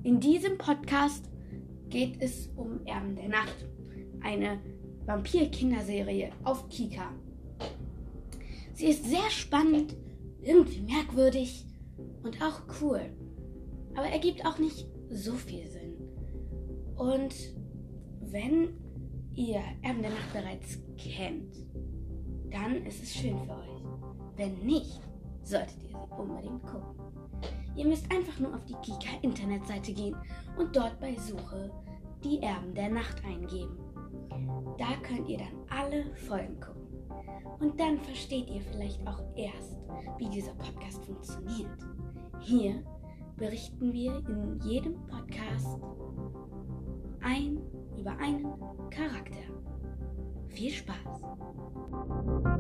In diesem Podcast geht es um Erben der Nacht, eine Vampir-Kinderserie auf Kika. Sie ist sehr spannend, irgendwie merkwürdig und auch cool, aber ergibt auch nicht so viel Sinn. Und wenn ihr Erben der Nacht bereits kennt, dann ist es schön für euch. Wenn nicht, solltet ihr sie unbedingt gucken. Ihr müsst einfach nur auf die Kika-Internetseite gehen und dort bei Suche die Erben der Nacht eingeben. Da könnt ihr dann alle Folgen gucken. Und dann versteht ihr vielleicht auch erst, wie dieser Podcast funktioniert. Hier berichten wir in jedem Podcast über einen Charakter. Viel Spaß!